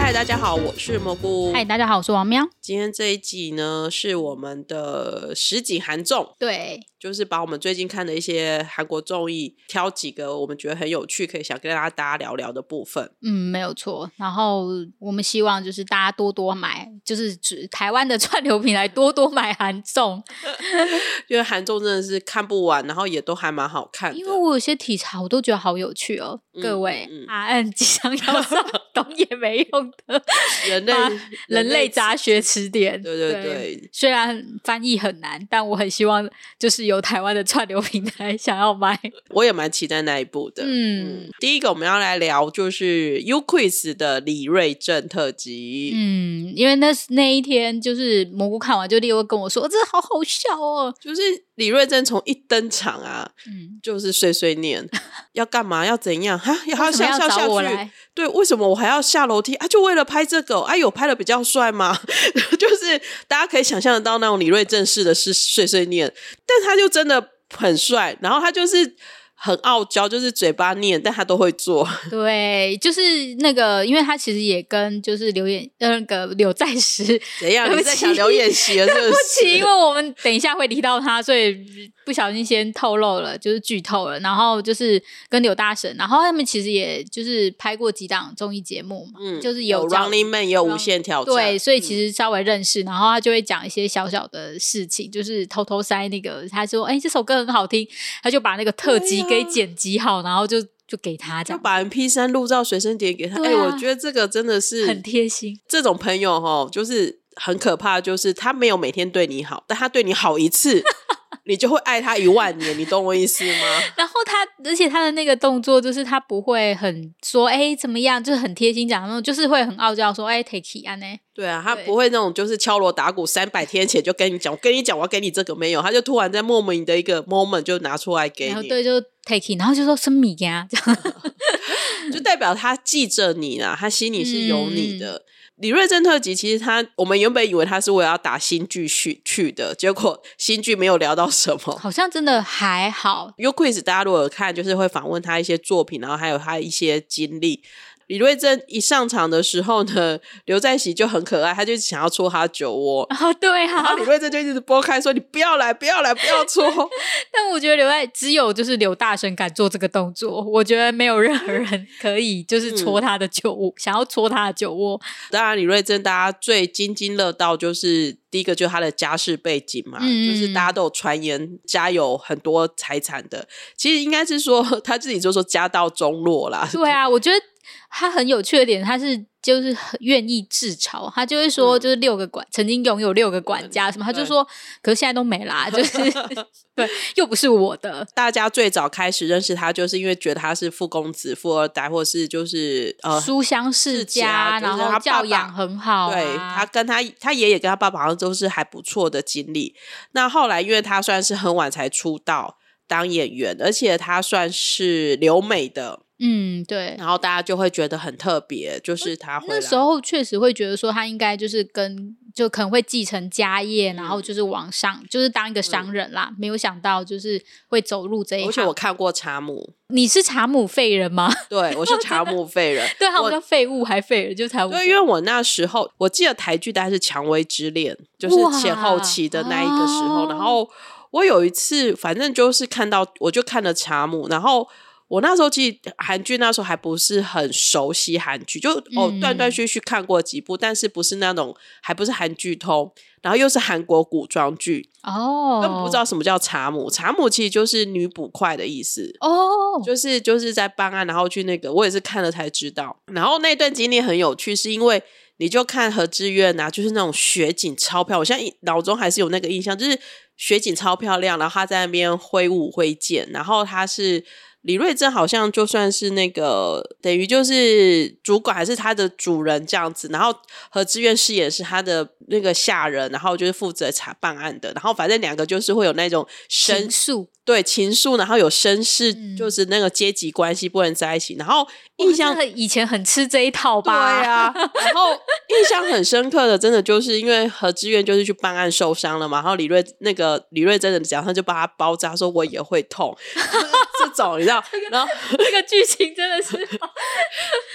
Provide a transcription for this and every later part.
嗨，大家好，我是蘑菇。 嗨，大家好，我是王喵。 今天这一集呢，是我们的实景韩综， 对， 就是把我们最近看的一些韩国综艺，挑几个我们觉得很有趣，可以想跟大家聊聊的部分。 没有错。然后我们希望就是大家多多买，就是台湾的串流平台多多买韩综， 因为韩综真的是看不完，然后也都还蛮好看的。 因为我有些题材我都觉得好有趣哦。各位，答案即将要上，懂也没用的人类杂学词典。 对对对， 虽然翻译很难，但我很希望就是有台湾的串流平台想要买。 我也蛮期待那一部的。第一个我们要来聊就是 U-Quiz 的李瑞镇特辑。 因为那一天就是蘑菇看完就立刻跟我说，这好好笑哦。 就是李瑞镇从一登场啊，就是碎碎念要干嘛要怎样哈，要下去，对，为什么我还要下楼梯啊？就为了拍这个啊？有拍的比较帅吗？就是大家可以想象得到那种李瑞镇式的是碎碎念，但他就真的很帅，然后他就是很傲娇，就是嘴巴念，但他都会做。 对，就是那个，因为他其实也跟就是那个柳在石怎样？你在想刘演习了是不是？ 对不起，因为我们等一下会提到他，所以不小心先透露了，就是剧透了。然后就是跟柳大神，然后他们其实也就是拍过几档综艺节目嘛，就是有 Running Man 也有无限挑战， 对，所以其实稍微认识。然后他就会讲一些小小的事情，就是偷偷塞那个，他说这首歌很好听，他就把那个特辑给剪辑好，然后就给他这样， 就把 MP3 录照随身碟给他。我觉得这个真的是很贴心。 这种朋友就是很可怕，就是他没有每天对你好，但他对你好一次你就会爱他10000年，你懂我意思吗？ 然后而且他的那个动作就是他不会很说怎么样，就是很贴心讲那种，就是会很傲娇说take it 啊呢。 对啊，他不会那种就是敲锣打鼓300天前就跟你讲，我跟你讲我要给你这个，没有，他就突然在莫名的一个 moment 就拿出来给你。 然后对，就 take it， 然后就说生米呀，这样就代表他记着你啦，他心里是有你的。李瑞镇特辑其实我们原本以为他是为了要打新剧去的，结果新剧没有聊到什么， 好像真的还好。 U-Quiz 大家如果有看，就是会访问他一些作品，然后还有他一些经历。李瑞镇一上场的时候呢，刘在熙就很可爱，他就想要戳他酒窝。 对啊， 然后李瑞镇就一直拨开说：“你不要来，不要来，不要戳。” 但我觉得只有就是刘大神敢做这个动作，我觉得没有任何人可以就是戳他的酒窝，想要戳他的酒窝。 当然，李瑞镇大家最津津乐道就是第一个就是他的家世背景嘛，就是大家都有传言家有很多财产的，其实应该是说他自己就说家道中落啦。 对啊，我觉得他很有趣的点，他是就是很愿意自嘲，他就会说就是曾经拥有6个管家什么，他就说可是现在都没啦，就是对，又不是我的。大家最早开始认识他就是因为觉得他是富公子、富二代，或是就是书香世家，然后教养很好对，他跟他爷爷跟他爸爸好像都是还不错的经历。那后来因为他算是很晚才出道当演员，而且他算是留美的， 对， 然后大家就会觉得很特别，就是他那时候确实会觉得说他应该就是就可能会继承家业，然后就是往上就是当一个商人啦，没有想到就是会走入这一行。 而且我看过茶母。 你是茶母废人吗？ 对，我是茶母废人。 对，他们叫废物还废人，就茶母。 对，因为我那时候我记得台剧大概是《蔷薇之恋》，就是前后期的那一个时候，然后我有一次反正就是我就看了茶母，然后我那时候其实韩剧那时候还不是很熟悉韩剧，就断断续续看过几部，但是不是那种还不是韩剧通，然后又是韩国古装剧根本不知道什么叫茶母。茶母其实就是女捕快的意思就是在办案，然后去那个我也是看了才知道。然后那段经历很有趣，是因为你就看何志远啊，就是那种雪景超漂亮，我现在脑中还是有那个印象，就是雪景超漂亮，然后他在那边挥舞挥剑，然后他是李瑞镇好像就算是那个等于就是主管还是他的主人这样子，然后何志远饰演是他的那个下人，然后就是负责办案的，然后反正2个就是会有那种情愫， 对情愫，然后有绅士，就是那个阶级关系不能在一起，然后印象以前很吃这一套吧。 对啊，然后印象很深刻的真的就是因为何志远就是去办案受伤了嘛，然后李瑞真的讲他就帮他包扎说我也会痛这种你知道然后这个剧情真的是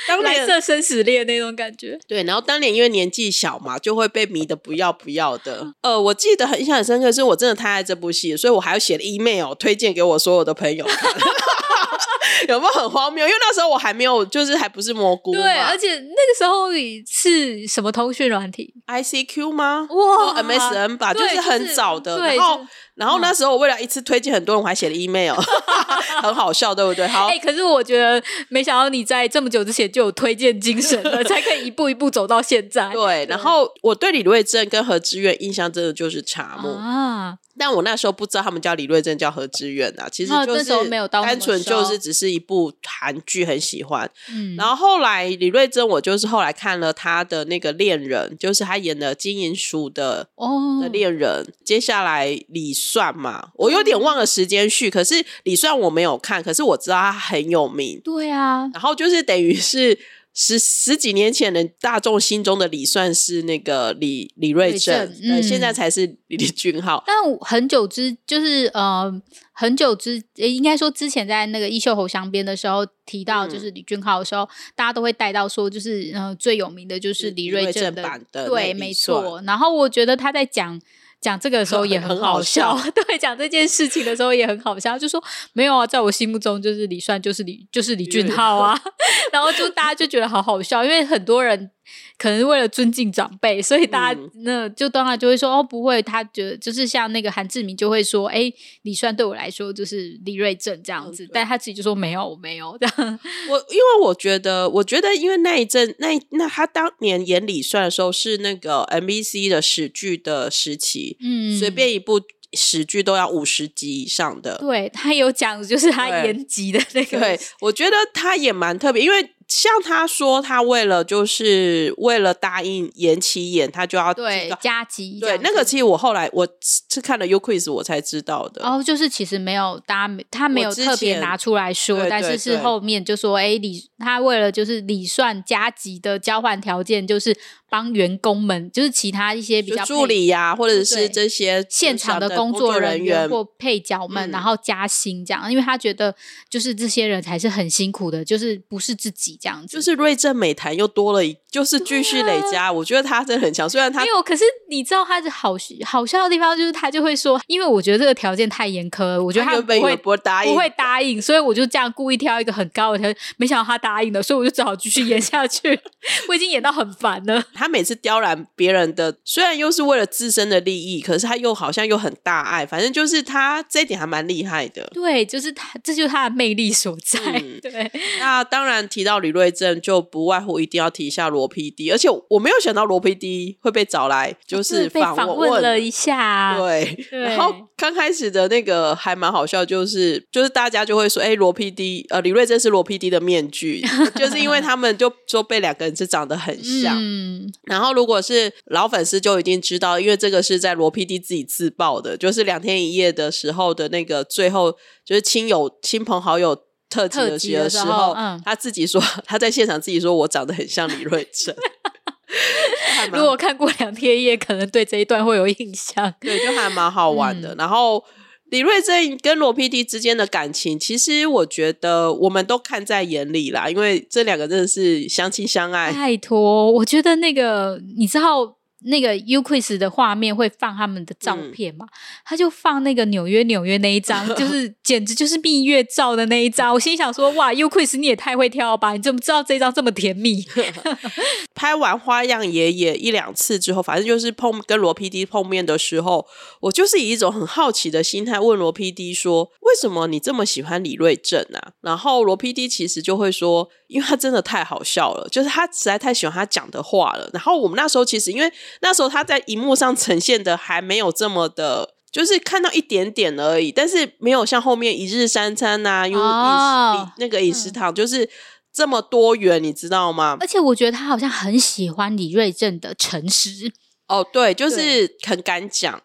当年蓝色生死恋那种感觉。 对，然后当年因为年纪小嘛，就会被迷得不要不要的。我记得印象很深刻，是我真的太爱这部戏，所以我还要写了 email 推荐给我所有的朋友看。有没有很荒谬？因为那时候我还没有，就是还不是蘑菇嘛。 对，而且那个时候是什么通讯软体 ？ICQ 吗？ 哇 ，MSN 吧，就是很早的。 对， 然后那时候我为了一次推荐很多人，我还写了 email， 很好笑，对不对？好， 可是我觉得没想到你在这么久之前就有推荐精神了，才可以一步一步走到现在。 对，然后我对李瑞镇跟何之苑印象真的就是茶木啊。但我那时候不知道他们叫李瑞镇叫何之苑啊，其实就是单纯就是只是一部韩剧很喜欢。然后后来李瑞镇我就是后来看了他的那个恋人，就是他演的金银淑的恋人。接下来李算嘛，我有点忘了时间序，可是李算我没有看，可是我知道他很有名。 对啊，然后就是等于是十几年前的大众心中的李算是那个李瑞镇，现在才是李俊浩。 但很久就是很久应该说之前在那个衣袖侯香边的时候提到就是李俊浩的时候，大家都会带到说就是最有名的就是李瑞镇版的， 对，没错。然后我觉得他在讲这个的时候也很好笑对，讲这件事情的时候也很好笑，就说没有啊，在我心目中就是李算就是李俊浩啊然后就大家就觉得好好笑，因为很多人可能为了尊敬长辈，所以大家那就当然就会说不会，他觉得就是像那个韩志明就会说李算对我来说就是李瑞镇这样子，但他自己就说没有这样。 因为我觉得因为那一阵那他当年演李算的时候是那个 MBC 的史剧的时期，随便一部史剧都要50集以上的。 对，他有讲就是他延集的那个。 对，我觉得他也蛮特别，因为像他说他为了答应延期演，他就要加集。 对，那个其实我后来我是看了 YouQuiz 我才知道的。 就是其实没有他没有特别拿出来说，但是后面就说他为了就是李算加集的交换条件就是帮员工们，就是其他一些比较助理呀，或者是这些现场的工作人员或配角们，然后加薪这样，因为他觉得就是这些人才是很辛苦的，就是不是自己这样子。 就是瑞镇美谈又多了就是继续累加，我觉得他真的很强。虽然他没有，可是你知道他的好笑的地方就是他就会说，因为我觉得这个条件太严苛了，我觉得他不会答应，所以我就这样故意挑一个很高的条件，没想到他答应了，所以我就只好继续演下去我已经演到很烦了。 他每次刁难别人的，虽然又是为了自身的利益，可是他又好像又很大爱，反正就是他这一点还蛮厉害的。 对，就是这就是他的魅力所在。对， 那当然提到李瑞镇就不外乎一定要提一下罗 PD， 而且我没有想到罗 PD 会被找来就是访问了一下。 对，然后刚开始的那个还蛮好笑，就是大家就会说罗 PD 李瑞镇是罗 PD 的面具就是因为他们就说被两个人是长得很像然后如果是老粉丝就已经知道，因为这个是在罗 PD 自己自曝的，就是2天1夜的时候的那个最后就是亲朋好友特辑的时候他自己说他在现场自己说我长得很像李瑞镇如果看过2天1夜可能对这一段会有印象。 对，就还蛮好玩的然后李瑞镇跟罗 PD 之间的感情其实我觉得我们都看在眼里啦，因为这两个真的是相亲相爱。 拜托，我觉得那个你知道那个 YouQuiz 的画面会放他们的照片嘛他就放那个纽约那一张就是简直就是蜜月照的那一张我心想说哇 YouQuiz 你也太会挑了吧，你怎么知道这一张这么甜蜜拍完花样爷爷1-2次之后，反正就是跟罗 PD 碰面的时候，我就是以一种很好奇的心态问罗 PD 说为什么你这么喜欢李瑞镇啊？然后罗 PD 其实就会说因为他真的太好笑了，就是他实在太喜欢他讲的话了。然后我们那时候其实因为那时候他在荧幕上呈现的还没有这么的就是看到一点点而已，但是没有像后面一日三餐啊那个饮食堂就是这么多元，你知道吗？ 而且我觉得他好像很喜欢李瑞镇的诚实对，就是很敢讲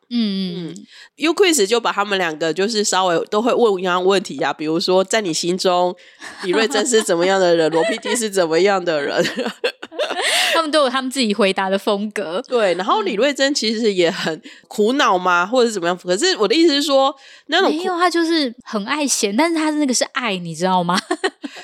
YouQuiz 就把他们两个就是稍微都会问一样问题比如说在你心中李瑞镇是怎么样的人罗 PD 是怎么样的人他们都有他们自己回答的风格。 对，然后李瑞镇其实也很苦恼吗或者是怎么样，可是我的意思是说那种没有，他就是很爱闲，但是他那个是爱，你知道吗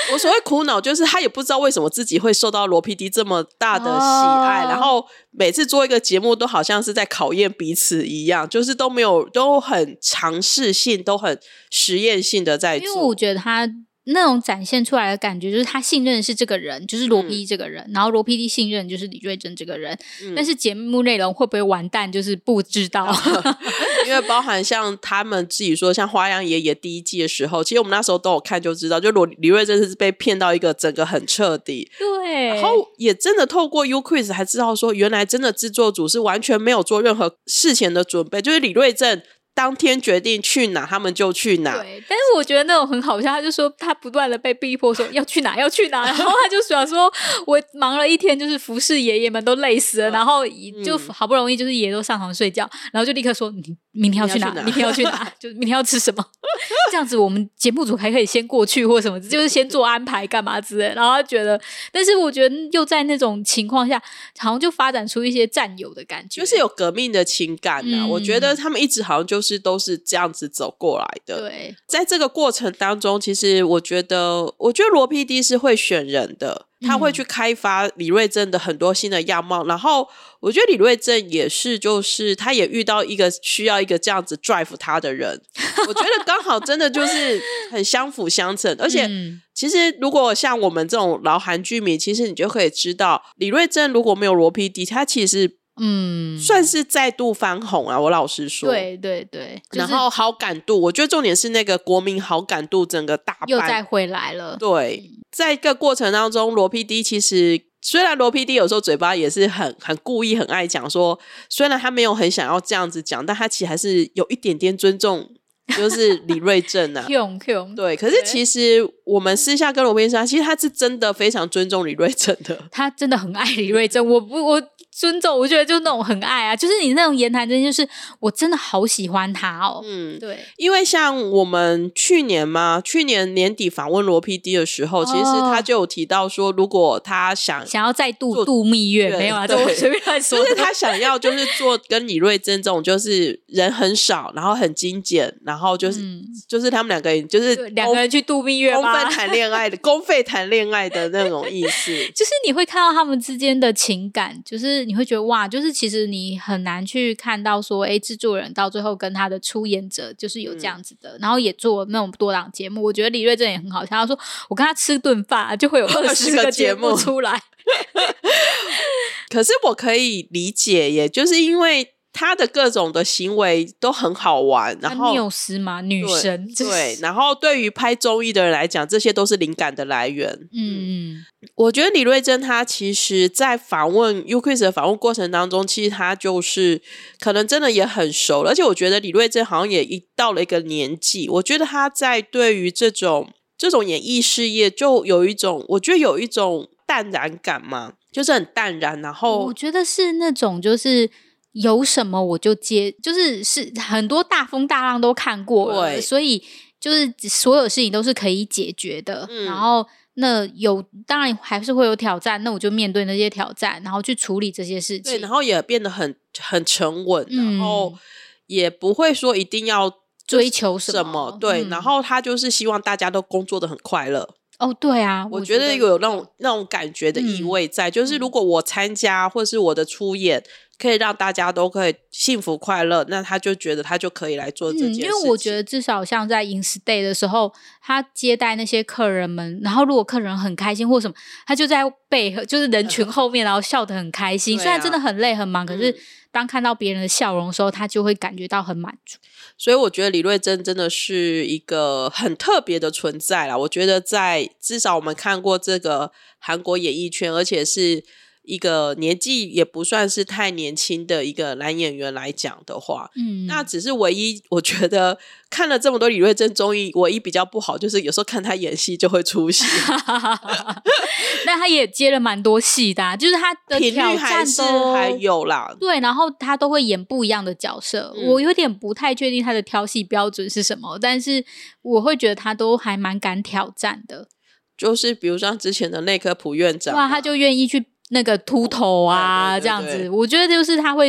我所谓苦恼就是他也不知道为什么自己会受到罗 PD 这么大的喜爱，然后每次做一个节目都好像是在考验彼此一样，就是都很尝试性，都很实验性的在做。 因为我觉得他那种展现出来的感觉就是他信任是这个人，就是罗 PD 这个人，然后罗 PD 信任就是李瑞珍这个人，但是节目内容会不会完蛋就是不知道。 因为包含像他们自己说像花样爷爷第1季的时候，其实我们那时候都有看就知道，就李瑞珍是被骗到一个整个很彻底， 对， 然后也真的透过 UQuiz 才知道说原来真的制作组是完全没有做任何事前的准备，就是李瑞珍当天决定去哪他们就去哪。 对，但是我觉得那种很好笑，他就说他不断的被逼迫说要去哪要去哪，然后他就想说我忙了一天就是服侍爷爷们都累死了，然后就好不容易就是爷爷都上床睡觉，然后就立刻说你明天要去哪明天要去哪就明天要吃什么这样子我们节目组还可以先过去或什么，就是先做安排干嘛之类的，然后他觉得，但是我觉得又在那种情况下好像就发展出一些战友的感觉， 就是有革命的情感啊，我觉得他们一直好像就是都是这样子走过来的。 对， 在这个过程当中，其实我觉得罗 PD 是会选人的，他会去开发李瑞珍的很多新的样貌，然后我觉得李瑞珍也是，就是他也遇到一个需要一个这样子 drive 他的人，我觉得刚好真的就是很相辅相成。而且其实如果像我们这种老韩剧迷，其实你就可以知道李瑞珍如果没有罗 PD 他其实算是再度翻红啊，我老实说。 对对对、就是、 然后好感度，我觉得重点是那个国民好感度整个大半又再回来了。 对，在一个过程当中罗 PD 其实虽然罗 PD 有时候嘴巴也是很故意很爱讲说，虽然他没有很想要这样子讲，但他其实还是有一点点尊重就是李瑞珍啊对，可是其实我们私下跟罗 PD 说，其实他是真的非常尊重李瑞珍的， 他真的很爱李瑞珍，我尊重，我觉得就那种很爱啊，就是你那种言谈真就是我真的好喜欢他哦。对， 因为像我们去年年底访问罗 PD 的时候，其实他就有提到说，如果他想要再度蜜月，没有啊，这我随便乱说的， 就是他想要就是做跟李瑞珍这种就是人很少，然后很精简，然后就是他们两个人就是两个人去度蜜月吧， 公费谈恋爱的那种意思， 就是你会看到他们之间的情感，就是你会觉得哇，就是其实你很难去看到说制作人到最后跟他的出演者就是有这样子的，然后也做那种多档节目，我觉得李瑞珍也很好笑，他说我跟他吃顿饭就会有20个节目出来可是我可以理解耶，就是因为他的各种的行为都很好玩，然后缪斯嘛，女神， 对，然后对于拍综艺的人来讲，这些都是灵感的来源。我觉得李瑞珍她其实在访问 UQuiz 的访问过程当中，其实她就是可能真的也很熟了，而且我觉得李瑞珍好像也到了一个年纪，我觉得她在对于这种演艺事业就有一种，我觉得有一种淡然感嘛，就是很淡然，然后我觉得是那种就是有什么我就接，就是很多大风大浪都看过了，对，所以就是所有事情都是可以解决的，然后那当然还是会有挑战，那我就面对那些挑战，然后去处理这些事情， 对，然后也变得很沉稳，然后也不会说一定要追求什么，对，然后他就是希望大家都工作得很快乐。 对啊， 我觉得有那种感觉的意味在，就是如果我参加或是我的出演可以让大家都可以幸福快乐，那他就觉得他就可以来做这件事情。因为我觉得至少像在InStay的时候，他接待那些客人们，然后如果客人很开心或什么，他就在就是人群后面然后笑得很开心，虽然真的很累很忙，可是当看到别人的笑容的时候，他就会感觉到很满足。 所以我觉得李瑞珍真的是一个很特别的存在啦，我觉得在至少我们看过这个韩国演艺圈，而且是一个年纪也不算是太年轻的一个男演员来讲的话，那只是唯一我觉得看了这么多李瑞珍综艺，唯一比较不好就是有时候看他演戏就会出戏但他也接了蛮多戏的就是他的挑战都还有啦， 对，然后他都会演不一样的角色，我有点不太确定他的挑戏标准是什么，但是我会觉得他都还蛮敢挑战的， 就是比如像之前的内科普院长， 哇，他就愿意去那个秃头啊，这样子，我觉得就是他会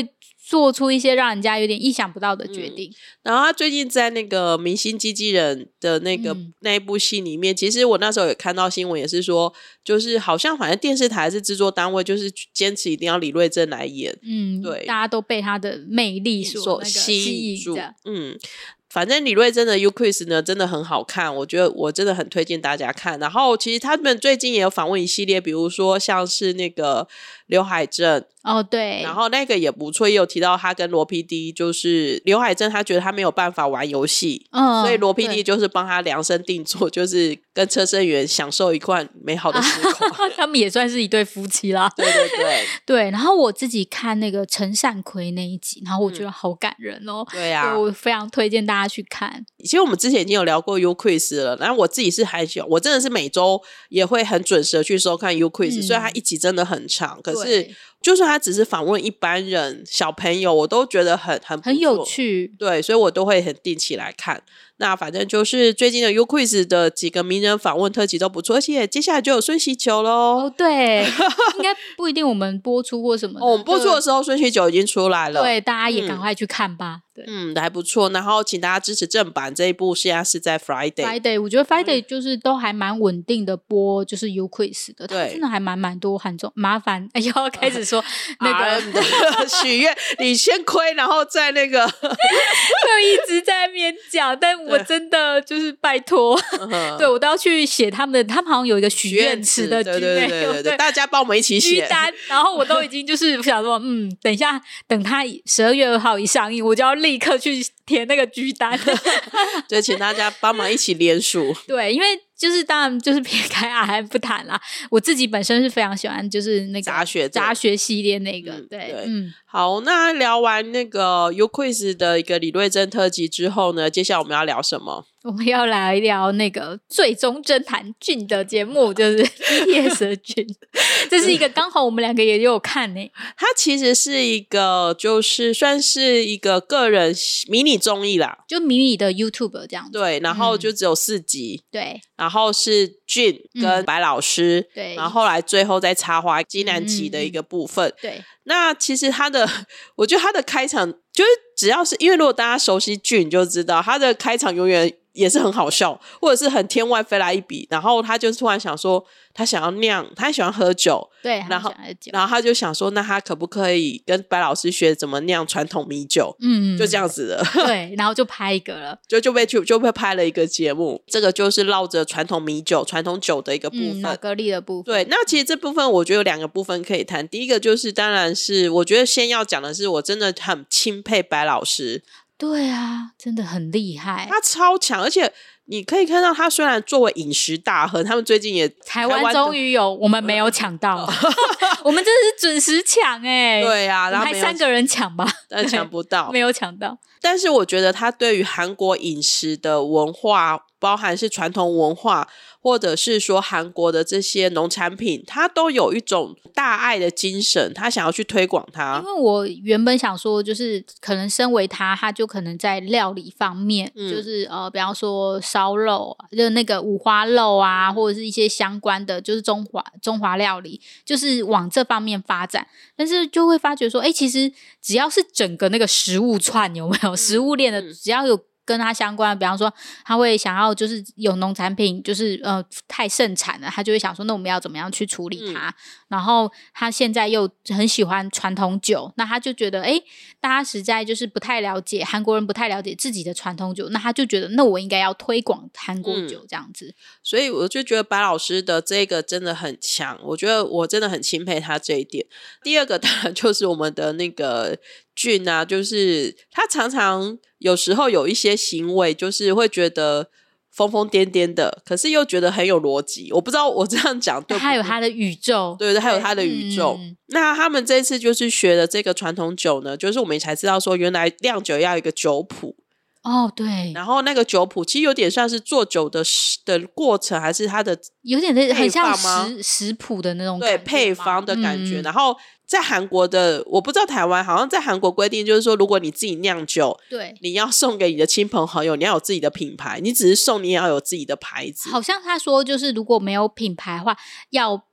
做出一些让人家有点意想不到的决定。 然后他最近在那个明星机器人的那一部戏里面，其实我那时候有看到新闻，也是说就是好像反正电视台是制作单位，就是坚持一定要李瑞珍来演。对， 大家都被他的魅力所吸引住。 反正李瑞珍的 U-Quiz 呢真的很好看，我觉得我真的很推荐大家看。然后其实他们最近也有访问一系列，比如说像是那个刘海镇对， 然后那个也不错，也有提到他跟罗 PD， 就是刘海镇他觉得他没有办法玩游戏，所以罗 PD 就是帮他量身定做，就是跟车胜元享受一段美好的时光他们也算是一对夫妻啦。 对对对对，然后我自己看那个陈善奎那一集，然后我觉得好感人哦。 对啊， 我非常推荐大家去看。 其实我们之前已经有聊过 U-Quiz 了，然后我自己是还喜欢，我真的是每周也会很准时的去收看 U-Quiz，虽然它一集真的很长，可是就算他只是访问一般人小朋友，我都觉得很有趣。 对，所以我都会很定期来看。那反正就是最近的 U-Quiz 的几个名人访问特辑都不错，而且接下来就有孙喜九咯。 对应该不一定我们播出或什么的我们播出的时候孙喜九已经出来了。 对，大家也赶快去看吧。对， 还不错。然后请大家支持正版，这一部现在是在 Friday， 我觉得 Friday 就是都还蛮稳定的播，就是 U-Quiz 的，它真的还蛮多很重麻烦。要开始说那个许愿你先亏，然后再那个就一直在那边讲，但我真的就是拜托对，我都要去写他们好像有一个许愿池的对，大家帮我们一起写单，然后我都已经就是想说等一下等他12月2号一上映，我就要立刻去填那个居单对，请大家帮忙一起联署。 对，因为就是当然就是撇开还不谈啦，我自己本身是非常喜欢就是那个杂学系列那个。对， 好，那聊完那个 U-Quiz 的一个李瑞珍特辑之后呢，接下来我们要聊什么？ 我们要来聊那个最终侦探俊的节目，就是 BTS 的俊这是一个刚好我们两个也有看呢。 它其实是一个就是算是一个个人迷你综艺啦， 就迷你的 YouTube 这样子。 对，然后就只有4集。 对， 然后是俊跟白老师。 对， 然后后来最后再插花基南琪的一个部分。 对， 那其实我觉得他的开场就是只要是因为如果大家熟悉俊就知道他的开场永远也是很好笑，或者是很天外飞来一笔，然后他就突然想说他想要酿，他喜欢喝酒。 对， 然后他就想说那他可不可以跟白老师学怎么酿传统米酒。就这样子的。 对，然后就拍一个了就被拍了一个节目，这个就是绕着传统米酒传统酒的一个部分， 玛格丽的部分。 对，那其实这部分我觉得有2个部分可以谈。第一个就是当然是我觉得先要讲的是我真的很钦佩白老师。 对啊，真的很厉害， 他超强，而且你可以看到他虽然作为饮食大亨，他们最近也台湾终于有，我们没有抢到我们真的是准时抢对啊，然后还3个人抢吧， 但抢不到， 没有抢到。 但是我觉得他对于韩国饮食的文化，包含是传统文化或者是说韩国的这些农产品，他都有一种大爱的精神，他想要去推广它。 因为我原本想说就是可能身为他就可能在料理方面，就是比方说烧肉，就是那个五花肉啊，或者是一些相关的就是中华料理，就是往这方面发展。但是就会发觉说其实只要是整个那个食物串有没有食物链的，只要有跟他相关的，比方说他会想要就是有农产品就是太盛产了，他就会想说那我们要怎么样去处理它。然后他现在又很喜欢传统酒，那他就觉得大家实在就是不太了解，韩国人不太了解自己的传统酒，那他就觉得那我应该要推广韩国酒这样子。 所以我就觉得白老师的这个真的很强，我觉得我真的很钦佩他这一点。第二个当然就是我们的那个俊啊，就是他常常有时候有一些行为就是会觉得疯疯癫癫的，可是又觉得很有逻辑。我不知道我这样讲对不对， 他有他的宇宙。 对，他有他的宇宙。那他们这次就是学的这个传统酒呢，就是我们才知道说原来酿酒要有一个酒谱。 对， 然后那个酒谱其实有点像是做酒的过程，还是它的有点很像食谱的那种感觉， 对，配方的感觉。然后在韩国的，我不知道台湾，好像在韩国规定就是说，如果你自己酿酒， 对， 你要送给你的亲朋好友，你要有自己的品牌，你只是送，你也要有自己的牌子。 好像他说就是如果没有品牌的话，要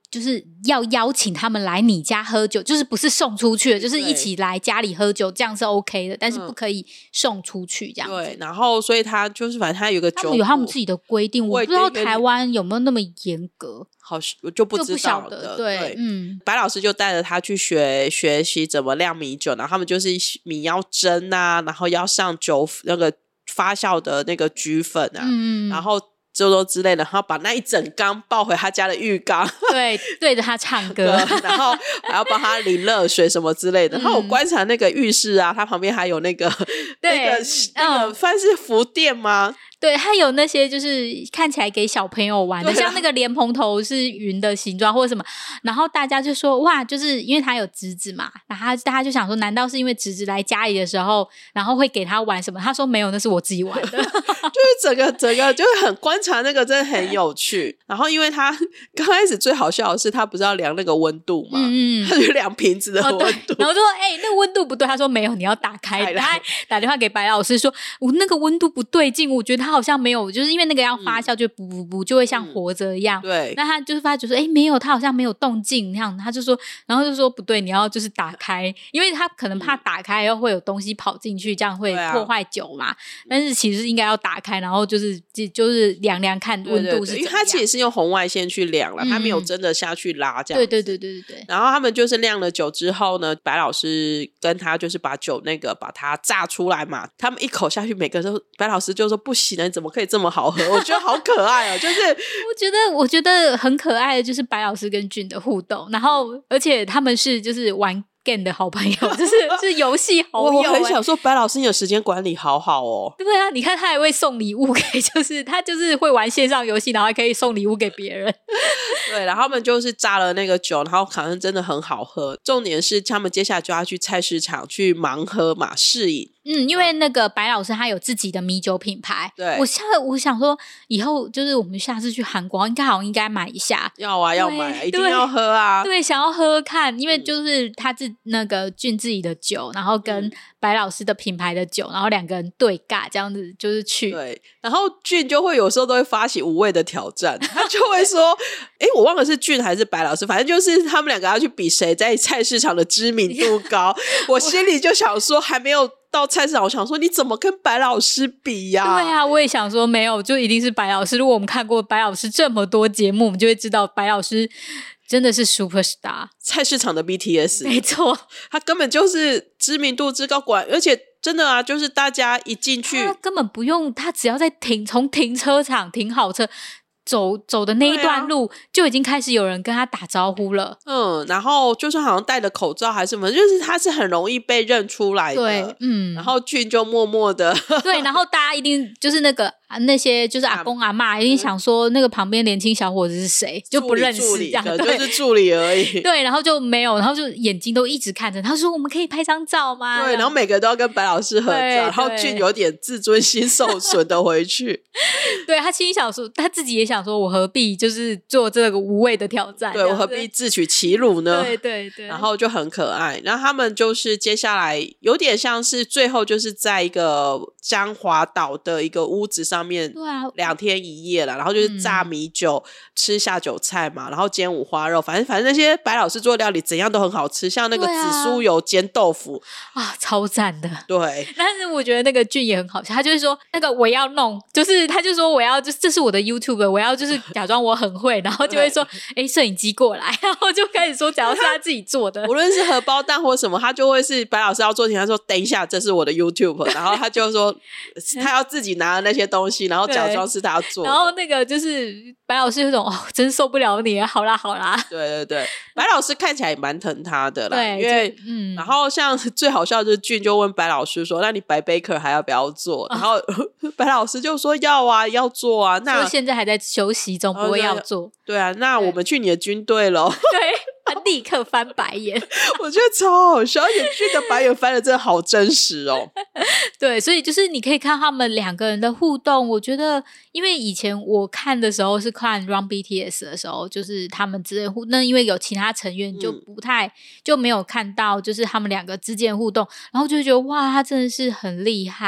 就是要邀请他们来你家喝酒，就是不是送出去的，就是一起来家里喝酒，这样是 OK 的，但是不可以送出去这样子。 对，然后所以他就是反正他有个酒他们有他们自己的规定，我不知道台湾有没有那么严格， 好我就不知道晓的。 对， 白老师就带着他去学习怎么酿米酒，然后他们就是米要蒸啊，然后要上酒那个发酵的那个菊粉啊，然后之类的，然后把那一整缸抱回他家的浴缸， 对，对着他唱歌然后还要帮他淋热水什么之类的。然后我观察那个浴室啊，它旁边还有那个那个算是浮垫吗？ 对，它有那些就是看起来给小朋友玩的，像那个莲蓬头是云的形状或者什么，然后大家就说哇，就是因为他有侄子嘛，然后大家就想说难道是因为侄子来家里的时候然后会给他玩什么，他说没有，那是我自己玩的就是整个就是很观察那个真的很有趣然后因为他刚开始最好笑的是他不是要量那个温度嘛，他就量瓶子的温度， 然后就说那个温度不对，他说没有，你要打开，他打电话给白老师说我那个温度不对劲，我觉得他好像没有，就是因为那个要发酵就不就会像活着一样， 对， 那他就是发觉说没有，他好像没有动静那样，他就说，然后就说不对，你要就是打开，因为他可能怕打开又会有东西跑进去，这样会破坏酒嘛，但是其实应该要打开，然后就是量看温度是怎么样， 因为他其实是用红外线去量了，他没有真的下去拉这样子， 对。 然后他们就是酿了酒之后呢，白老师跟他就是把酒那个把它榨出来嘛，他们一口下去，每个都白老师就说不行了，你怎么可以这么好喝？我觉得好可爱哦，就是我觉得很可爱的就是白老师跟俊的互动，然后而且他们是就是玩game 的好朋友，就是游戏好友。 我很想说白老师你的时间管理好好哦。 对啊，你看他还会送礼物给，就是他就是会玩线上游戏，然后还可以送礼物给别人。 对，然后他们就是榨了那个酒，然后好像真的很好喝，重点是他们接下来就要去菜市场去盲喝嘛，试饮。 因为那个白老师他有自己的米酒品牌， 对， 我想说以后就是我们下次去韩国应该买一下， 要啊要买啊，一定要喝啊， 对，想要喝喝看，因为就是他那个俊自己的酒，然后跟白老师的品牌的酒，然后两个人对尬这样子就是去， 对，然后俊就会有时候都会发起无谓的挑战，他就会说我忘了是俊还是白老师，反正就是他们两个要去比谁在菜市场的知名度高我心里就想说还没有到菜市场，我想说你怎么跟白老师比呀？ 对啊，我也想说没有，就一定是白老师。如果我们看过白老师这么多节目，我们就会知道白老师真的是 superstar， 菜市场的 BTS， 没错， 他根本就是知名度之高，而且真的啊，就是大家一进去， 他根本不用，他只要在从停车场停好车。走的那一段路，就已经开始有人跟他打招呼了。 然后就算好像戴了口罩还是什么，就是他是很容易被认出来的。 对， 然后俊就默默的， 对，然后大家一定就是那些就是阿公阿嬷一定想说那个旁边年轻小伙子是谁，就不认识这样， 就是助理而已。 对，然后就没有，然后就眼睛都一直看着他，说我们可以拍张照吗？ 对，然后每个都要跟白老师合照，然后俊有点自尊心受损的回去。 对，他心想说，他自己也想说，我何必就是做这个无谓的挑战？ 对，我何必自取其辱呢？ 对， 然后就很可爱。然后他们就是接下来有点像是最后就是在一个江华岛的一个屋子上面， 对啊 ，2天1夜了，然后就是炸米酒，吃下酒菜嘛，然后煎五花肉，反正那些白老师做的料理怎样都很好吃，像那个紫苏油煎豆腐啊，超赞的。 对， 但是我觉得那个俊也很好笑，他就会说那个我要弄，就是他就说我要这是我的 YouTube， 我要就是假装我很会，然后就会说摄影机过来，然后就开始说假如是他自己做的， 无论是荷包蛋或什么，他就会是白老师要做前，他说等一下这是我的 YouTube， 然后他就说他要自己拿那些东西，然后假装是他要做的， 然后那个就是白老师有种真受不了你，好啦， 对，白老师看起来也蛮疼他的啦， 对， 因为然后像最好笑的就是俊就问白老师说，那你白 Baker 还要不要做？然后白老师就说要啊，要做啊，那现在还在休息中，不会要做。 对啊，那我们去你的军队咯。 对，他立刻翻白眼。 我觉得超好笑，而且俊的白眼翻的真的好真实哦。 对，所以就是你可以看他们两个人的互动，我觉得因为以前我看的时候是看 Run BTS 的时候，就是他们之间那因为有其他成员就不太就没有看到就是他们两个之间的互动，然后就觉得哇他真的是很厉害。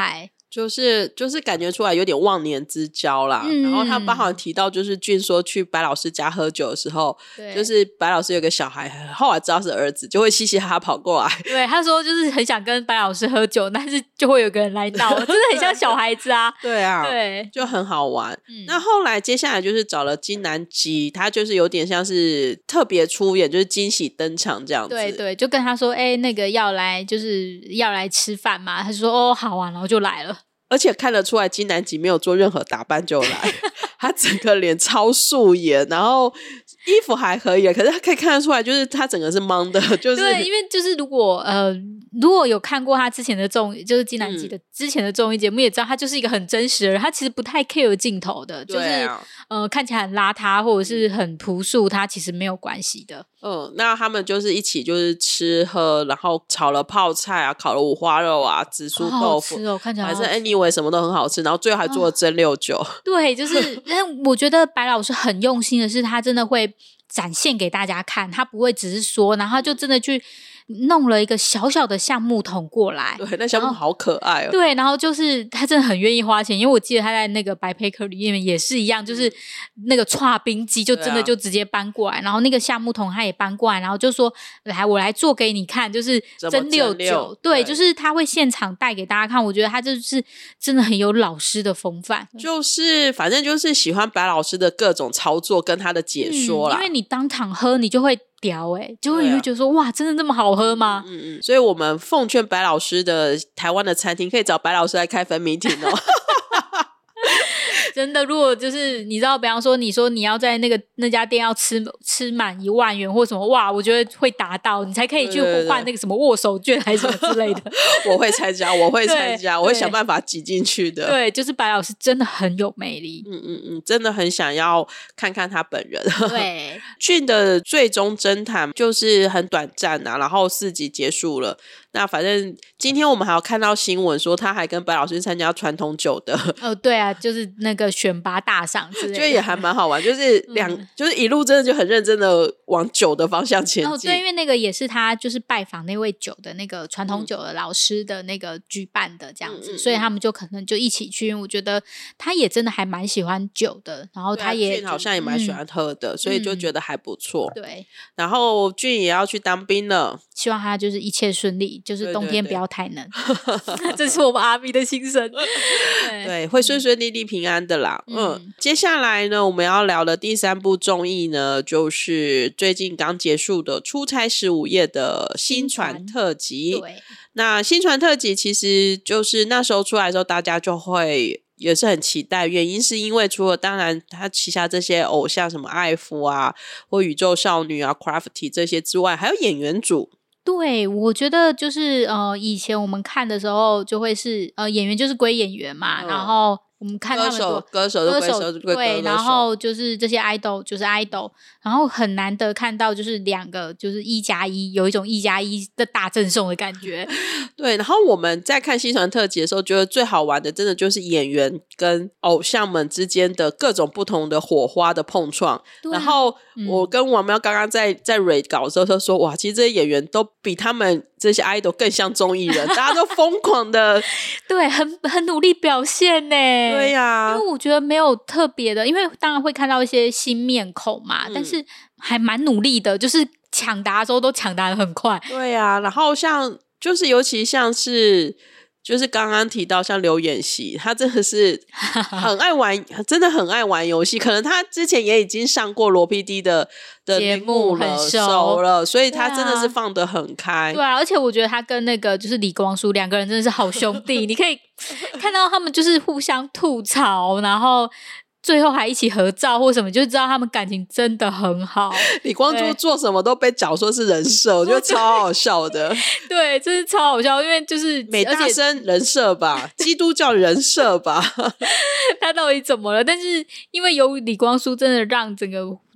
就是感觉出来有点忘年之交啦。然后他包含提到就是俊说去白老师家喝酒的时候，就是白老师有个小孩，后来知道是儿子，就会嘻嘻哈哈跑过来。 对，他说就是很想跟白老师喝酒，但是就会有个人来闹，真的很像小孩子啊。 对啊， 对， 就很好玩。那后来接下来就是找了金南吉，他就是有点像是特别出演，就是惊喜登场这样子。 对对，就跟他说那个要来吃饭嘛，他就说哦好啊，然后就来了。 而且看得出来金南吉没有做任何打扮就来，他整个脸超素颜，然后衣服还可以，可是他可以看得出来就是他整个是懵的，就是对，因为就是如果有看过他之前的就是金南吉的之前的综艺节目，也知道他就是一个很真实的人，他其实不太 care 镜头的，就是看起来很邋遢或者是很朴素，他其实没有关系的。 那他们就是一起就是吃喝，然后炒了泡菜啊，烤了五花肉啊，紫苏豆腐， 好吃哦，看起来好反正 anyway 什么都很好吃，然后最后还做了蒸馏酒。 对，就是但我觉得白老师很用心的是，他真的会展现给大家看，他不会只是说，然后他就真的去弄了一个小小的橡木桶过来。 对，那橡木好可爱哦。 对，然后就是他真的很愿意花钱，因为我记得他在那个白佩克里面也是一样，就是那个剉冰机就真的就直接搬过来，然后那个橡木桶他也搬过来，然后就说来我来做给你看，就是蒸馏酒。对，就是他会现场带给大家看，我觉得他就是真的很有老师的风范， 就是反正就是喜欢白老师的各种操作跟他的解说啦。 因为你当场喝你就会屌就会你会觉得说哇真的这么好喝吗？ 所以我们奉劝白老师的台湾的餐厅可以找白老师来开分米艇哦。 真的，如果就是你知道，比方说你说你要在那家店要吃满1万元或什么，哇，我觉得会达到，你才可以去换那个什么握手券还是什么之类的。 我会参加，我会想办法挤进去的。 对，就是白老师真的很有魅力。 真的很想要看看他本人。 对， 俊的最终侦探就是很短暂啊，然后4集结束了。那反正今天我们还有看到新闻说他还跟白老师参加传统酒的对啊，就是那个选拔大赏之类的， 就也还蛮好玩，就是就是一路真的就很认真的往酒的方向前进。 对，因为那个也是他就是拜访那位酒的那个传统酒的老师的那个举办的这样子，所以他们就可能就一起去，因为我觉得他也真的还蛮喜欢酒的，然后他也俊好像也蛮喜欢喝的，所以就觉得还不错。 对， 然后俊也要去当兵了， 希望他就是一切顺利，就是冬天不要太冷。这是我们阿咪的心声。 对，会顺顺利利平安的啦。接下来呢，我们要聊的第3部综艺呢，就是最近刚结束的出差15夜的新传特辑。 对， 那新传特辑其实就是那时候出来的时候，大家就会也是很期待，原因是因为除了当然他旗下这些偶像什么艾芙啊或宇宙少女啊 Crafty 这些之外，还有演员组。 对，我觉得就是以前我们看的时候就会是演员就是归演员嘛，然后我们看他们歌手对，然后就是这些 idol 就是 idol， 然后很难得看到就是2个就是1+1，有一种1+1的大赠送的感觉。 对，然后我们在看新传特辑的时候，觉得最好玩的真的就是演员跟偶像们之间的各种不同的火花的碰撞。然后我跟王喵刚刚在蕊稿的时候就说，哇，其实这些演员都比他们这些 idol 更像综艺人，大家都疯狂的对，很努力表现呢。 对呀， 因为我觉得没有特别的，因为当然会看到一些新面孔嘛，但是还蛮努力的，就是抢答的时候都抢答得很快。 对呀，然后像就是尤其像是就是刚刚提到像刘演熙，他真的是很爱玩真的很爱玩游戏，可能他之前也已经上过罗 PD 的节目了， 很熟了，所以他真的是放得很开。 对啊，而且我觉得他跟那个就是李光洙2个人真的是好兄弟，你可以看到他们就是互相吐槽，然后最后还一起合照或什么，就知道他们感情真的很好。 李光洙做什么都被讲说是人设，我觉得超好笑的。 对，真是超好笑，因为就是美大生人设吧，基督教人设吧， 他到底怎么了？但是因为有李光洙，真的让整个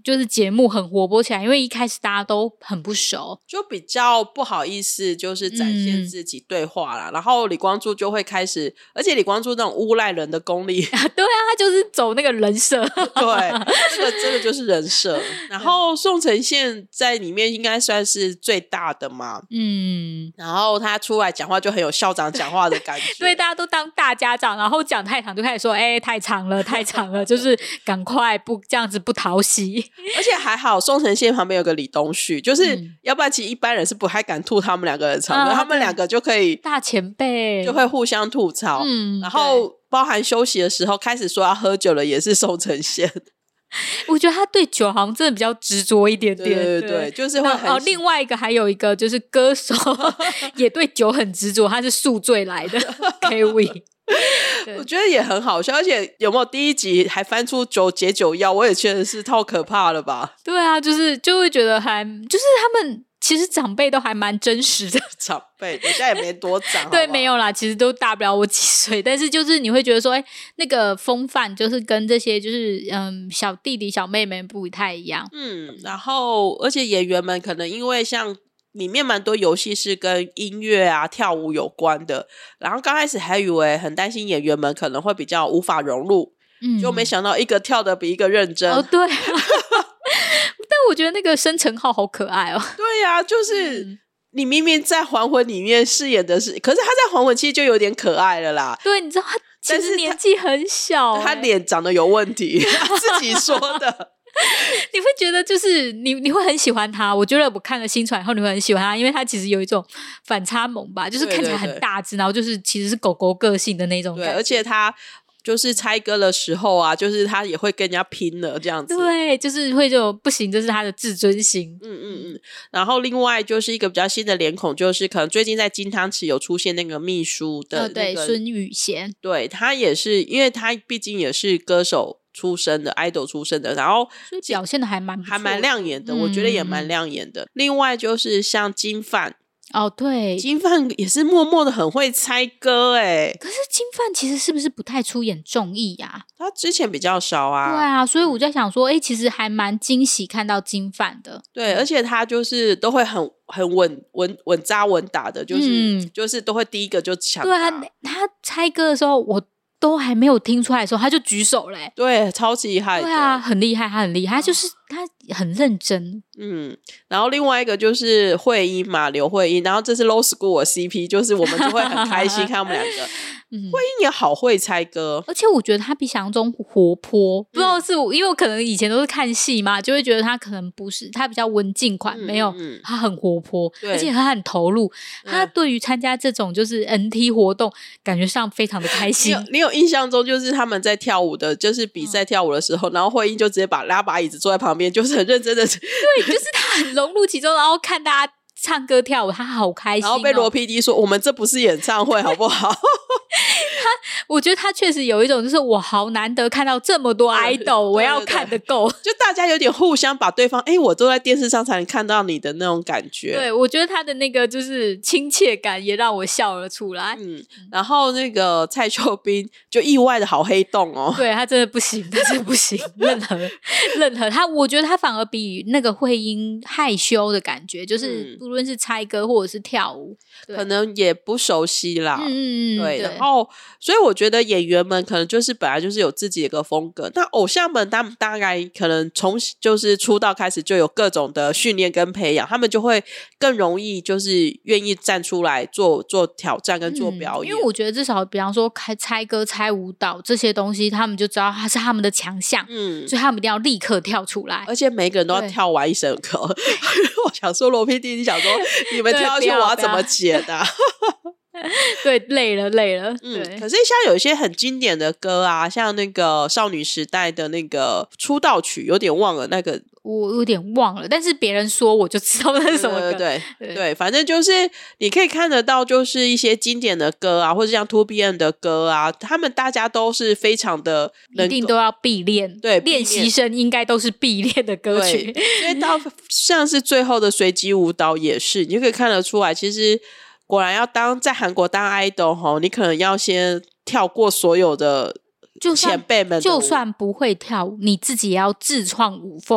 就是节目很活泼起来，因为一开始大家都很不熟， 就比较不好意思就是展现自己对话啦，然后李光洙就会开始，而且李光洙那种诬赖人的功力对啊，他就是走那个人设对，这个就是人设。然后宋承宪在里面应该算是最大的嘛，然后他出来讲话就很有校长讲话的感觉对，大家都当大家长，然后讲太长就开始说太长了太长了就是赶快不这样子不讨喜。 而且还好宋承宪旁边有个李东旭，就是要不然其实一般人是不太敢吐他们两个人场的，他们两个就可以大前辈就会互相吐槽，然后包含休息的时候开始说要喝酒了也是宋承宪。 我觉得他对酒好像真的比较执着一点点， 对，就是会很另外一个还有一个就是歌手也对酒很执着，他是宿醉来的KV 我觉得也很好笑，而且有没有第一集还翻出解酒药，我也觉得是太可怕了吧。 对啊，就会觉得就是他们其实长辈都还蛮真实的。 长辈人家也没多长对，没有啦，其实都大不了我几岁，但是就是你会觉得说那个风范就是跟这些就是小弟弟小妹妹不太一样。 然后而且演员们可能因为像里面蛮多游戏是跟音乐啊跳舞有关的，然后刚开始还以为很担心演员们可能会比较无法融入，就没想到一个跳得比一个认真。 对但我觉得那个申成浩好可爱哦。 对呀，就是你明明在还魂里面饰演的是，可是他在还魂其实就有点可爱了啦。 对，你知道他其实年纪很小， 他脸长得有问题他自己说的你会觉得就是你会很喜欢他，我觉得我看了新传以后你会很喜欢他，因为他其实有一种反差萌吧，就是看起来很大只，然后就是其实是狗狗个性的那种感觉。 对，而且他就是猜歌的时候啊，就是他也会跟人家拼了这样子。 对，就是会就不行，这是他的自尊心。 然后另外就是一个比较新的脸孔，就是可能最近在金汤匙有出现那个秘书的对，孙宇贤。 对，他也是因为他毕竟也是歌手出身的 idol 出身的，然后所以表现的还蛮亮眼的，我觉得也蛮亮眼的。另外就是像金范对， 金范也是默默的很会猜歌可是金范其实是不是不太出演综艺啊？ 他之前比较少啊。 对啊，所以我在想说其实还蛮惊喜看到金范的。 对，而且他就是都会很稳扎稳打的，就是都会第一个就抢答。 对啊，他猜歌的时候我都还没有听出来的时候他就举手嘞。 对，超级厉害的。 对啊，很厉害，他很厉害，就是他很认真。 然后另外一个就是慧英嘛，刘慧英，然后这是 Low School 的 CP， 就是我们就会很开心看他们两个。慧英也好会猜歌， 而且我觉得他比想象中活泼，不知道是因为我可能以前都是看戏嘛，就会觉得他可能不是，他比较文静款，没有他很活泼，而且他很投入，他对于参加这种就是 NT 活动感觉上非常的开心。 你有印象中就是他们在跳舞的，就是比赛跳舞的时候，然后慧英就直接拉把椅子坐在旁边，就是很认真的。 对，就是他很融入其中，然后看大家唱歌跳舞，他好开心然后被罗 PD 说我们这不是演唱会好不好我觉得他确实有一种就是我好难得看到这么多 idol，我要看得够， 就大家有点互相把对方我都在电视上才能看到你的那种感觉。 对，我觉得他的那个就是亲切感也让我笑了出来。 然后那个蔡秋斌就意外的好黑洞哦。 对，他真的不行，他真的不行任何他，我觉得他反而比那个慧英害羞的感觉，就是不论是猜歌或者是跳舞可能也不熟悉啦。 对， 然后所以我觉得演员们可能就是本来就是有自己的一个风格，那偶像们他们大概可能从就是出道开始就有各种的训练跟培养，他们就会更容易就是愿意站出来做挑战跟做表演。 因为我觉得至少比方说猜歌猜舞蹈这些东西他们就知道它是他们的强项，所以他们一定要立刻跳出来， 而且每个人都要跳完一首歌我想说罗 PD 你想说你们跳下去我要怎么解的对，累了对。 可是像有一些很经典的歌啊，像那个少女时代的那个出道曲有点忘了那个， 我有点忘了，但是别人说我就知道那是什么歌。 对，反正就是你可以看得到就是一些经典的歌啊，或者像 2PM 的歌啊，他们大家都是非常的一定都要必练，对，练习生应该都是必练的歌曲。 所以到像是最后的随机舞蹈也是，你就可以看得出来其实果然要在韩国当 idol 你可能要先跳过所有的前辈们的就算不会跳舞，你自己也要自创舞风，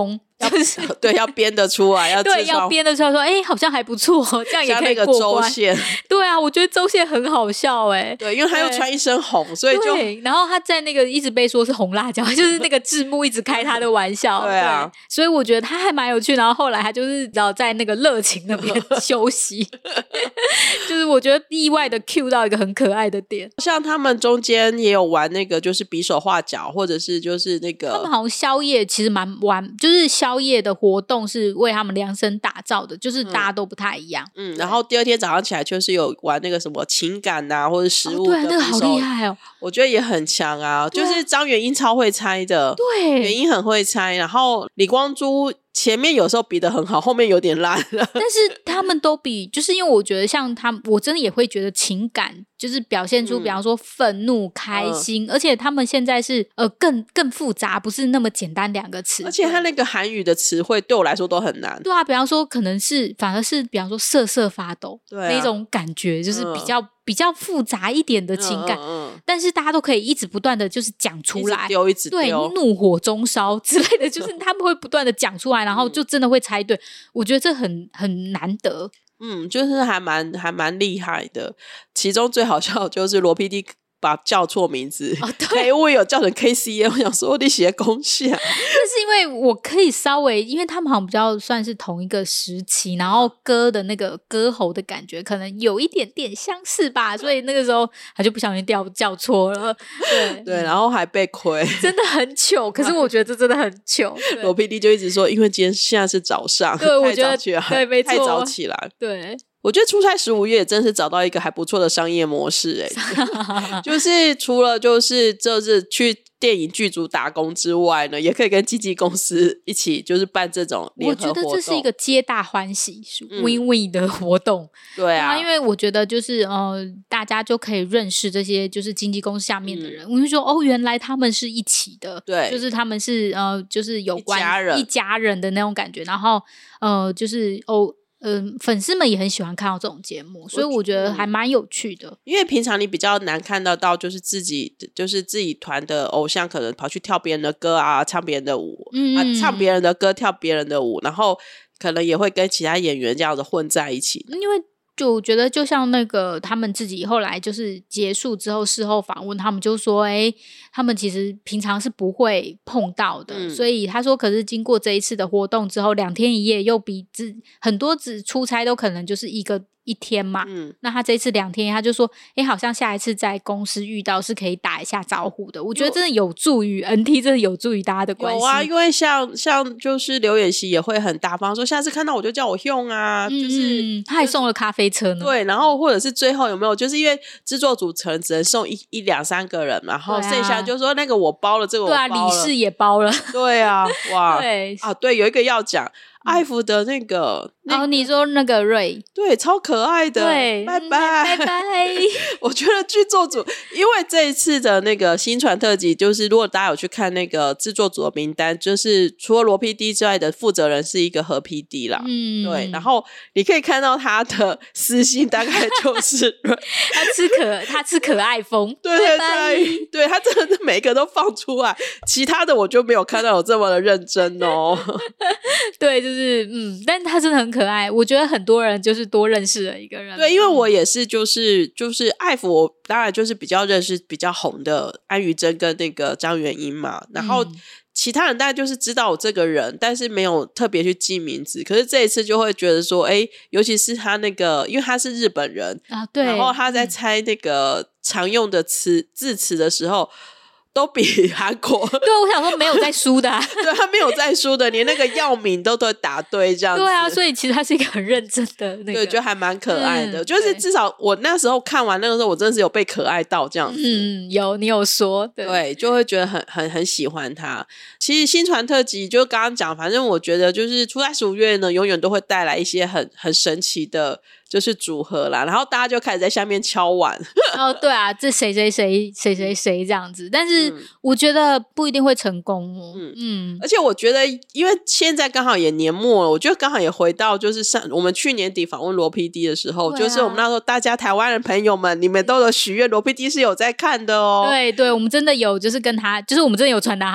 就是对，要编得出来，要对，要编得出来说好像还不错，这样也可以过关。 像那个周线对啊，我觉得周线很好笑对，因为他又穿一身红，所以就对，然后他在那个一直被说是红辣椒，就是那个字幕一直开他的玩笑。 对啊， 所以我觉得他还蛮有趣。然后后来他就是只要在那个热情那边休息，就是我觉得意外的 cue 到一个很可爱的点。 像他们中间也有玩那个就是比手画脚，或者是就是那个他们好像宵夜其实蛮玩，就是宵夜的活动是为他们量身打造的，就是大家都不太一样。 然后第二天早上起来就是有玩那个什么情感啊或者食物的对，那个好厉害哦， 我觉得也很强啊，就是张元英超会猜的， 对， 元英很会猜，然后李光洙前面有时候比得很好，后面有点烂了。 但是他们都比，就是因为我觉得像他们，我真的也会觉得情感就是表现出，比方说愤怒、开心，而且他们现在是更复杂，不是那么简单两个词。 而且他那个韩语的词汇对我来说都很难。 对啊，比方说可能是反而是比方说瑟瑟发抖， 对啊， 那种感觉就是比较复杂一点的情感，但是大家都可以一直不断的就是讲出来， 一直丢， 对，怒火中烧之类的，就是他们会不断的讲出来，然后就真的会猜对。我觉得这很难得。 就是还蛮厉害的。其中最好笑的就是罗 PD 把叫错名字，对，我有叫成 KCA， 我想说你写公下， 但是因为我可以稍微，因为他们好像比较算是同一个时期，然后歌的那个歌喉的感觉可能有一点点相似吧，所以那个时候他就不小心叫错了， 对，然后还被亏， 真的很糗。可是我觉得这真的很糗。 罗 PD 就一直说，因为现在是早上， 对，我觉得对，没错，太早起来， 对。 我觉得出差15月也真是找到一个还不错的商业模式就是除了就是去电影剧组打工之外呢，也可以跟经纪公司一起就是办这种联合活动。 我觉得这是一个皆大欢喜win-win 的活动。 对啊， 因为我觉得就是大家就可以认识这些就是经纪公司下面的人，我就说原来他们是一起的， 对， 就是他们是就是有关一家人的那种感觉，然后就是粉丝们也很喜欢看到这种节目，所以我觉得还蛮有趣的。 因为平常你比较难看得到，就是自己团的偶像可能跑去跳别人的歌啊，唱别人的舞，唱别人的歌，跳别人的舞，然后可能也会跟其他演员这样子混在一起。 因为就我觉得就像那个他们自己后来就是结束之后事后访问，他们就说他们其实平常是不会碰到的，所以他说可是经过这一次的活动之后，2天1夜又比很多出差都可能就是一天嘛，那他这一次2天，他就说好像下一次在公司遇到是可以打一下招呼的。我觉得真的有助于 NT， 真的有助于大家的关系。 有啊，因为像就是刘演熙也会很大方说下次看到我就叫我用啊，就是他还送了咖啡车呢。 对，然后或者是最后有没有就是因为制作组可能只能送一两三个人嘛，然后剩下就说那个我包了，这个我包了， 对啊，理事也包了。 对啊，哇， 对啊，对，有一个要讲。艾芙的那个你说那个瑞， 对，超可爱的， 对， 拜拜拜拜。 我觉得剧作组，因为这一次的那个新传特辑，就是如果大家有去看那个制作组的名单，就是除了罗 PD 之外的负责人是一个何 PD 啦，对，然后你可以看到他的私信大概就是他吃可爱风， 对对对，对他真的是每一个都放出来，其他的我就没有看到有这么的认真哦。 对，就是但他真的很可爱，我觉得很多人就是多认识了一个人。 对，因为我也是就是艾芙，我当然就是比较认识比较红的安于真跟那个张元英嘛，然后其他人大概就是知道我这个人，但是没有特别去记名字。可是这一次就会觉得说尤其是他那个因为他是日本人啊，对， 然后他在猜那个常用的字词的时候都比韩国对，我想说没有在输的对，他没有在输的，连那个药名都打对这样子。 对啊，所以其实他是一个很认真的那个， 对，就还蛮可爱的，就是至少我那时候看完那个时候我真的是有被可爱到这样子。 你有说对，就会觉得很喜欢他。其实新传特辑就刚刚讲，反正我觉得就是出在15月呢永远都会带来一些很神奇的就是组合啦，然后大家就开始在下面敲碗对啊，这谁这样子，但是我觉得不一定会成功而且我觉得因为现在刚好也年末了，我觉得刚好也回到就是我们去年底访问罗 PD 的时候，就是我们那时候大家台湾人朋友们你们都有许愿，罗 PD 是有在看的哦。 对，我们真的有就是跟他就是我们真的有传达他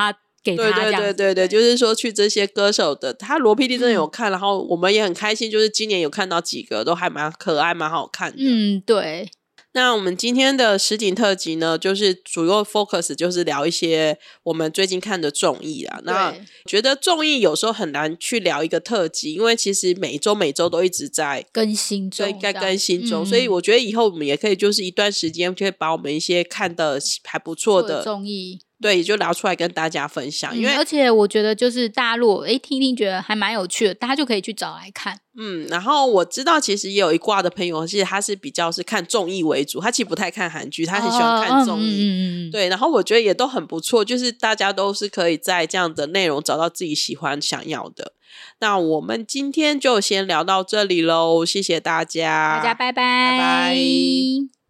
给他这样子。 对对对对，就是说去这些歌手的，他罗 PD 真的有看，然后我们也很开心，就是今年有看到几个都还蛮可爱蛮好看的。 对。 那我们今天的实景特辑呢，就是主要 focus 就是聊一些我们最近看的综艺啦。那觉得综艺有时候很难去聊一个特辑，因为其实每周都一直在更新中， 在更新中，所以我觉得以后我们也可以就是一段时间就可以把我们一些看的还不错的综艺， 对，也就拿出来跟大家分享。因为而且我觉得就是大家如果听听觉得还蛮有趣的，大家就可以去找来看。 然后我知道其实也有一挂的朋友，其实他是比较是看综艺为主，他其实不太看韩剧，他很喜欢看综艺。对，然后我觉得也都很不错，就是大家都是可以在这样的内容找到自己喜欢想要的。那我们今天就先聊到这里咯，谢谢大家， 大家拜拜， 拜拜。